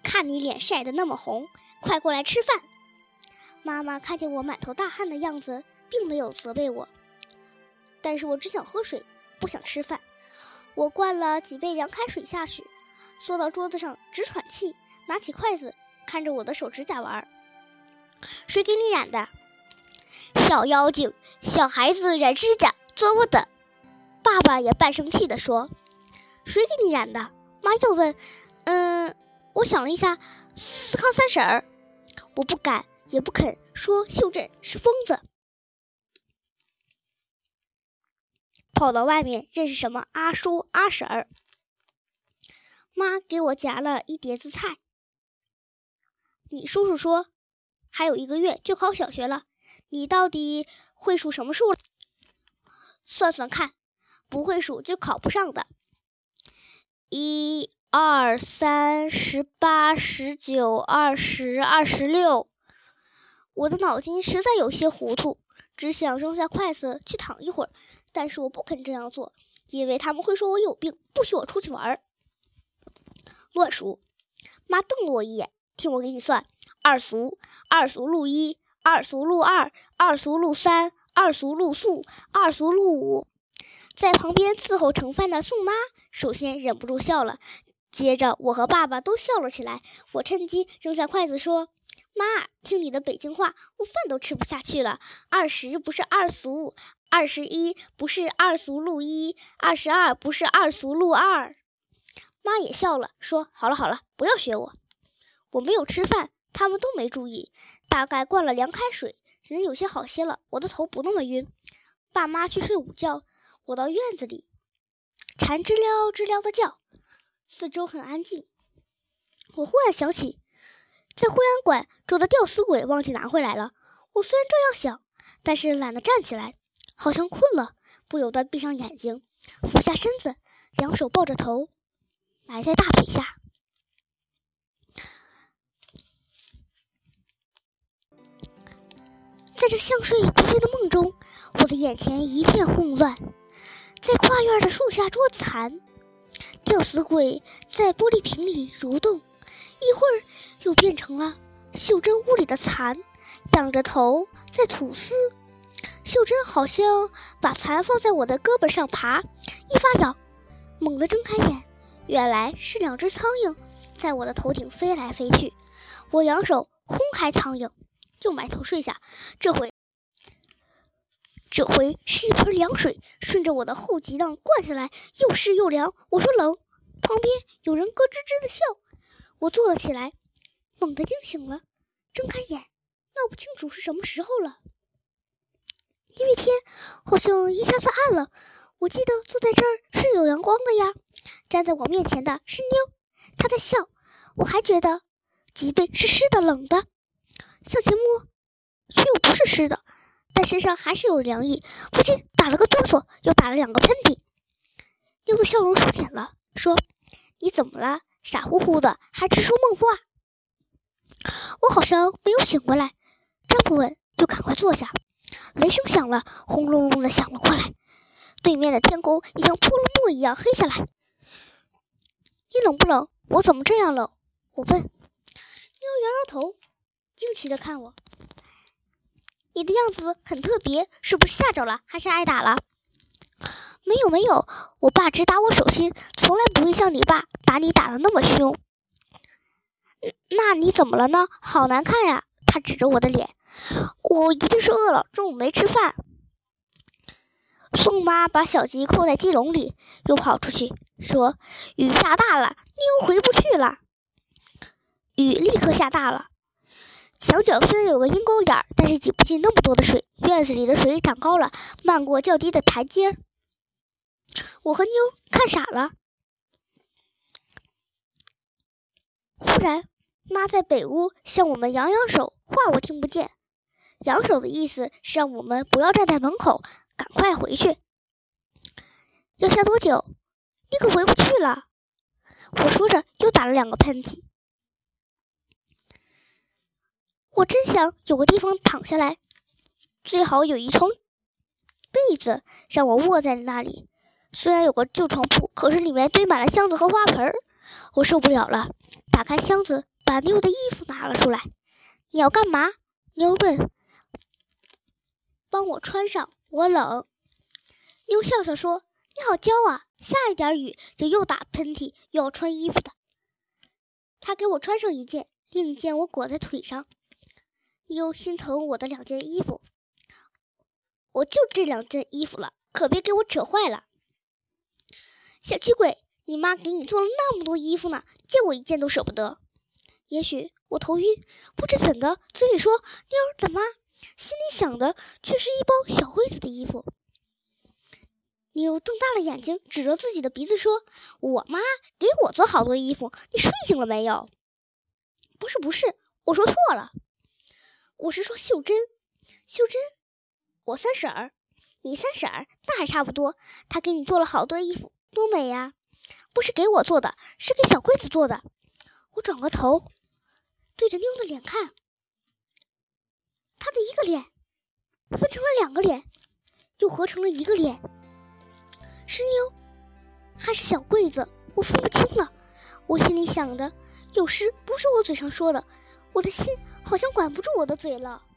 看你脸晒得那么红，快过来吃饭。妈妈看见我满头大汗的样子，并没有责备我，但是我只想喝水，不想吃饭。我灌了几杯凉开水下去，坐到桌子上直喘气，拿起筷子看着我的手指甲玩。谁给你染的？小妖精，小孩子染指甲做我的。爸爸也半生气地说。谁给你染的？妈又问。我想了一下，思康三婶儿。我不敢也不肯说秀珍是疯子。跑到外面认识什么阿叔阿婶儿。妈给我夹了一碟子菜。你叔叔说还有1个月就考小学了，你到底会数什么数了？算算看，不会数就考不上的。1、2、3、18、19、20、26。我的脑筋实在有些糊涂，只想扔下筷子去躺一会儿，但是我不肯这样做，因为他们会说我有病，不许我出去玩。乱数。妈瞪了我一眼，听我给你算：2俗、2俗录1、2俗录2、2俗录3、2俗录4、2俗录5。在旁边伺候盛饭的宋妈首先忍不住笑了，接着我和爸爸都笑了起来。我趁机扔下筷子说：妈，听你的北京话，我饭都吃不下去了。20不是2俗，21不是2俗录1， 22不是2俗录2。妈也笑了，说：好了好了，不要学我。我没有吃饭，他们都没注意，大概灌了凉开水，人有些好些了，我的头不那么晕。爸妈去睡午觉，我到院子里，蝉知了知了的叫，四周很安静。我忽然想起在婚宴馆捉的吊死鬼忘记拿回来了。我虽然这样想，但是懒得站起来，好像困了，不由得闭上眼睛，俯下身子，两手抱着头，埋在大腿下。在这像睡不睡的梦中，我的眼前一片混乱。在跨院的树下捉蚕，吊死鬼在玻璃瓶里蠕动，一会儿又变成了秀珍屋里的蚕，仰着头在吐丝。秀珍好像把蚕放在我的胳膊上爬，一发痒，猛地睁开眼，原来是2只苍蝇在我的头顶飞来飞去。我扬手轰开苍蝇，又埋头睡下。这回是一盆凉水顺着我的后脊梁灌下来，又湿又凉。我说冷，旁边有人咯吱吱的笑。我坐了起来，猛地惊醒了，睁开眼，闹不清楚是什么时候了，因为天好像一下子暗了。我记得坐在这儿是有阳光的呀，站在我面前的是妞，她在笑。我还觉得脊背是湿的冷的，向前摸却又不是湿的，但身上还是有凉意，不禁打了个哆嗦，又打了2个喷嚏。妞的笑容收敛了，说：你怎么了？傻乎乎的还直说梦话。我好像没有醒过来，站不稳就赶快坐下。雷声响了，轰隆隆的响了过来，对面的天空也像泼了墨一样黑下来。你冷不冷？我怎么这样冷？我问。妞摇摇头，惊奇地看我。你的样子很特别，是不是吓着了，还是挨打了？没有，我爸只打我手心，从来不会像你爸打你打得那么凶。那你怎么了呢？好难看呀！他指着我的脸。我一定是饿了，中午没吃饭。宋妈把小鸡扣在鸡笼里，又跑出去说：雨下大了，妞回不去了。雨立刻下大了，墙角虽然有个阴沟眼，但是挤不进那么多的水。院子里的水长高了，漫过较低的台阶。我和妞看傻了。忽然妈在北屋向我们扬扬手，话我听不见。扬手的意思是让我们不要站在门口，赶快回去。要下多久？你可回不去了。我说着又打了2个喷嚏。我真想有个地方躺下来，最好有一床被子让我卧在那里。虽然有个旧床铺，可是里面堆满了箱子和花盆。我受不了了， 打开箱子，把妞的衣服拿了出来。你要干嘛？妞问。帮我穿上，我冷。妞笑笑说，你好娇啊，下一点雨就又打喷嚏又要穿衣服的。他给我穿上一件，另一件我裹在腿上。妞心疼我的2件衣服，我就这2件衣服了，可别给我扯坏了。小气鬼，你妈给你做了那么多衣服呢，借我1件都舍不得。也许我头晕，不知怎的，嘴里说妞怎么，心里想的却是一包小惠子的衣服。妞瞪大了眼睛，指着自己的鼻子说，我妈给我做好多衣服，你睡醒了没有？不是，我说错了，我是说秀珍。秀珍，我三婶儿，你三婶儿，那还差不多，她给你做了好多衣服，多美呀！不是给我做的，是给小桂子做的。我转过头，对着妞的脸看，她的一个脸分成了2个脸，又合成了一个脸，是妞还是小桂子，我分不清了。我心里想的有时不是我嘴上说的，我的心好像管不住我的嘴了。